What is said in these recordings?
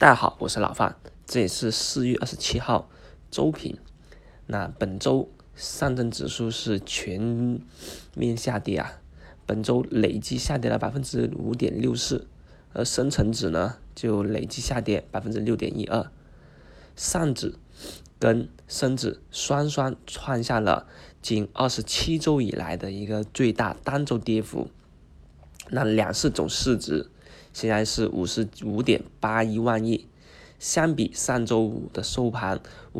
大家好，我是老范，这里是4月27号周评。那本周上证指数是全面下跌啊，本周累计下跌了 5.64%， 而深成指呢就累计下跌 6.12%， 上指跟深指双创下了近27周以来的一个最大单周跌幅。那两市总市值现在是 55.81 万亿，相比上周五的收盘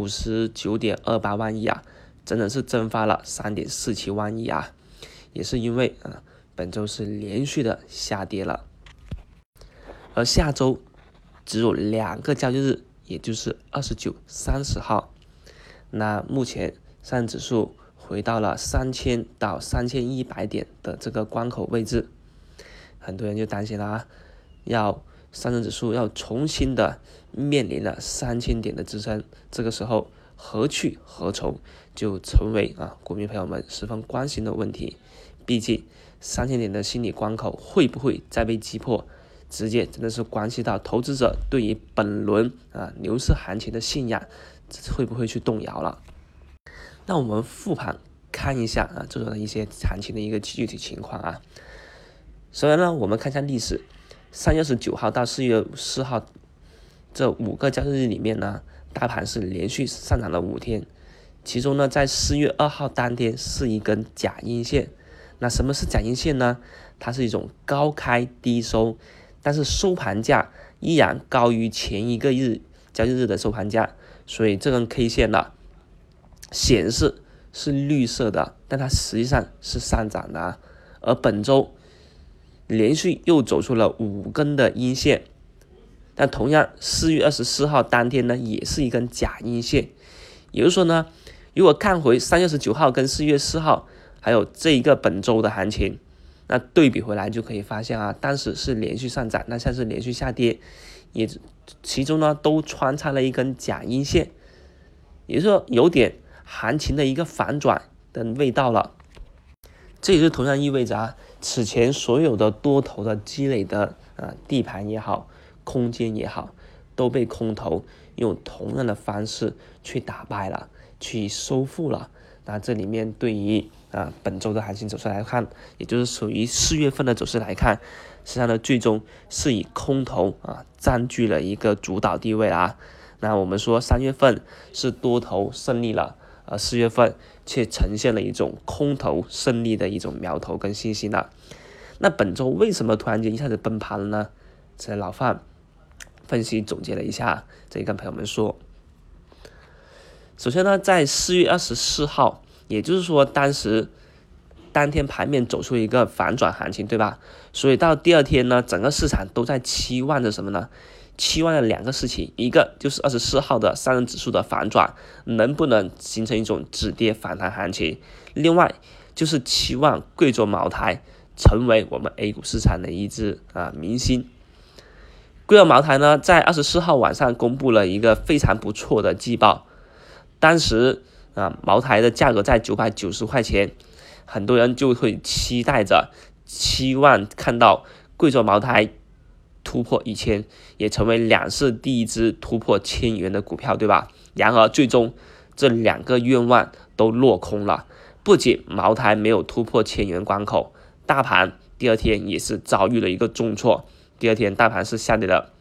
59.28 万亿啊，整整是蒸发了 3.47 万亿啊，也是因为本周是连续的下跌了。而下周只有2个交易日，也就是29、30号。那目前上证指数回到了3000到3100点的这个关口位置，很多人就担心了上证指数要重新的面临了3000点的支撑，这个时候何去何从就成为股民朋友们十分关心的问题。毕竟3000点的心理关口会不会再被击破，直接真的是关系到投资者对于本轮牛市行情的信仰会不会去动摇了。那我们复盘看一下这种的一些行情的一个具体情况啊。首先呢，我们看一下历史，3月29号到4月4号这5个交易日里面呢，大盘是连续上涨了5天，其中呢，在4月2号当天是一根假阴线。那什么是假阴线呢？它是一种高开低收，但是收盘价依然高于前一个交易日的收盘价，所以这根 K 线呢显示是绿色的，但它实际上是上涨的。而本周连续又走出了5根的阴线，但同样4月24号当天呢也是一根假阴线。也就是说呢，如果看回3月19号跟4月4号还有这一个本周的行情，那对比回来就可以发现当时是连续上涨，那现在是连续下跌，也其中呢都穿插了一根假阴线，也就是说有点行情的一个反转的味道了。这也是同样意味着此前所有的多头的积累的地盘也好，空间也好，都被空头用同样的方式去打败了，去收复了。那这里面对于本周的行情走势来看，也就是属于4月份的走势来看，实际上呢最终是以空头占据了一个主导地位啦。那我们说3月份是多头胜利了，而4月份却呈现了一种空头胜利的一种苗头跟信息了。那本周为什么突然间一下子崩盘了呢？这老范分析总结了一下，这里跟朋友们说，首先呢，在4月24号，也就是说当天盘面走出一个反转行情，对吧？所以到第二天呢，整个市场都在期望着什么呢？期望着2个事情，一个就是24号的上证指数的反转能不能形成一种止跌反弹行情，另外就是期望贵州茅台成为我们 A 股市场的一只明星。贵州茅台呢，在24号晚上公布了一个非常不错的季报，当时茅台的价格在990块钱，很多人就会期望看到贵州茅台突破1000，也成为两市第一支突破1000元的股票，对吧？然而最终这2个愿望都落空了，不仅茅台没有突破1000元关口，大盘第二天也是遭遇了一个重挫，第二天大盘是下跌了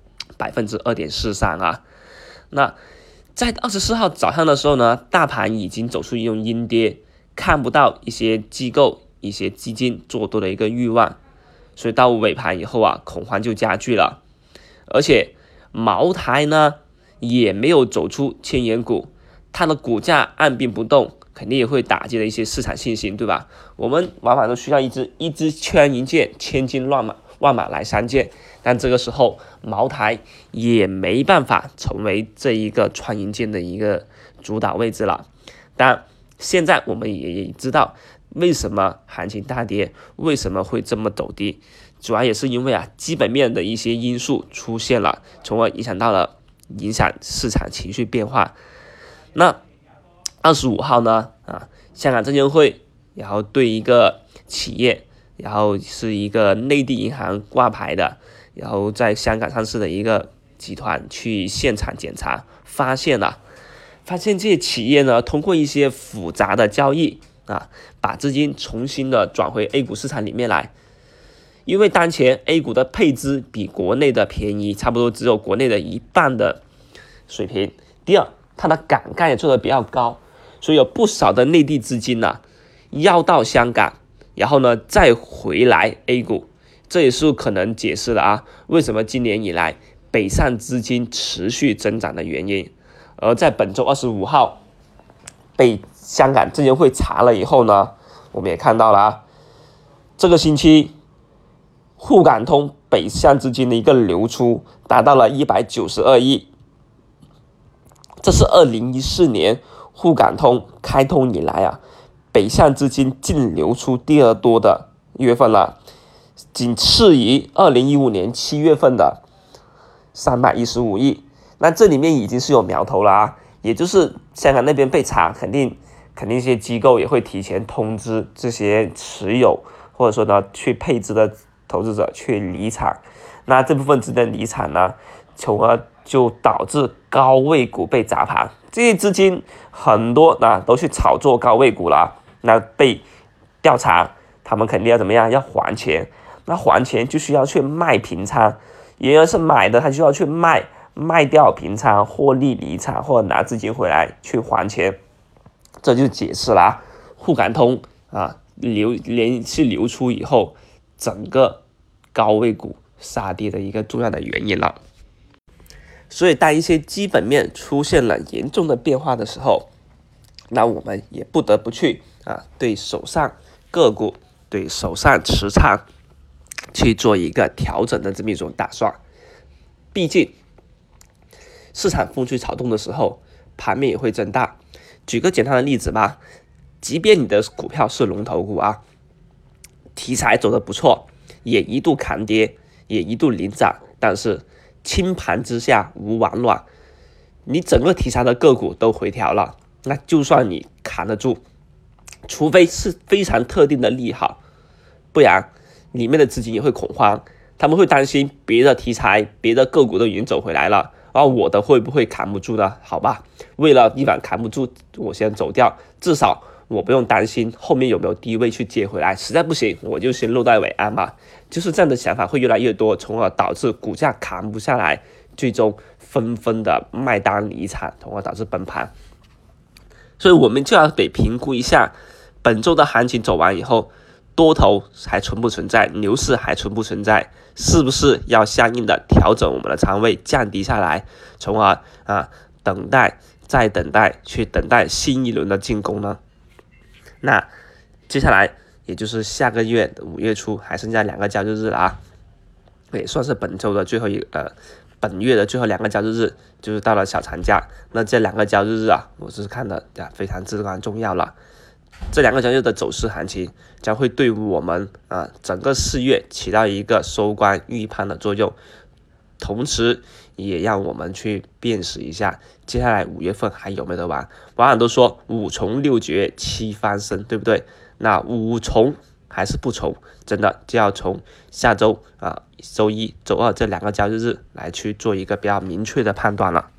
2.43%。那在24号早上的时候呢，大盘已经走出一种阴跌，看不到一些机构一些基金做多的一个欲望，所以到尾盘以后恐慌就加剧了。而且茅台呢也没有走出1000元股，它的股价按兵不动，肯定也会打击了一些市场信心，对吧？我们往往都需要一支穿银箭，千军万马来相见，但这个时候茅台也没办法成为这一个穿银箭的一个主导位置了。但现在我们也知道为什么行情大跌，为什么会这么陡低，主要也是因为基本面的一些因素出现了，从而影响市场情绪变化。那25号呢香港证监会然后对一个企业，然后是一个内地银行挂牌的，然后在香港上市的一个集团去现场检查，发现这些企业呢，通过一些复杂的交易把资金重新的转回 A 股市场里面来。因为当前 A 股的配资比国内的便宜，差不多只有国内的一半的水平。第二，它的杠杆也做得比较高，所以有不少的内地资金要到香港，然后呢再回来 A 股。这也是可能解释了为什么今年以来北上资金持续增长的原因。而在本周25号被香港证监会查了以后呢，我们也看到了这个星期沪港通北向资金的一个流出达到了192亿，这是2014年沪港通开通以来北向资金净流出第二多的月份了，仅次于2015年7月份的315亿。那这里面已经是有苗头了也就是香港那边被查，肯定一些机构也会提前通知这些持有或者说呢去配资的投资者去离场。那这部分资金离场呢，从而就导致高位股被砸盘。这些资金很多都去炒作高位股了，那被调查，他们肯定要怎么样？要还钱。那还钱就需要去卖平仓，原来是买的，他就要去卖掉平仓，获利离场，或者拿资金回来去还钱。这就解释了沪港通连续流出以后，整个高位股杀跌的一个重要的原因了。所以当一些基本面出现了严重的变化的时候，那我们也不得不去对手上个股、对手上持仓去做一个调整的这么一种打算。毕竟市场风吹草动的时候，盘面也会震荡。举个简单的例子吧，即便你的股票是龙头股题材走得不错，也一度扛跌，也一度领涨，但是清盘之下无完卵，你整个题材的个股都回调了，那就算你扛得住，除非是非常特定的利好，不然里面的资金也会恐慌，他们会担心别的题材、别的个股都已经走回来了，然后我的会不会扛不住呢？好吧，为了预防扛不住，我先走掉，至少我不用担心后面有没有低位去接回来，实在不行我就先落袋为安嘛。就是这样的想法会越来越多，从而导致股价扛不下来，最终纷纷的卖单离场，从而导致崩盘。所以我们就要得评估一下本周的行情走完以后，多头还存不存在，牛市还存不存在，是不是要相应的调整我们的仓位，降低下来，从而等待再等待，去等待新一轮的进攻呢？那接下来也就是下个月的5月初，还剩下2个交易日了也算是本周的最后本月的最后2个交易日，就是到了小长假。那这2个交易日我是看的非常至关重要了。这2个交易日的走势行情将会对我们整个4月起到一个收官预判的作用，同时也让我们去辨识一下接下来5月份还有没有得玩。往往都说5从6绝7翻身，对不对？那5从还是不从，真的就要从下周周一、周二这2个交易日来去做一个比较明确的判断了。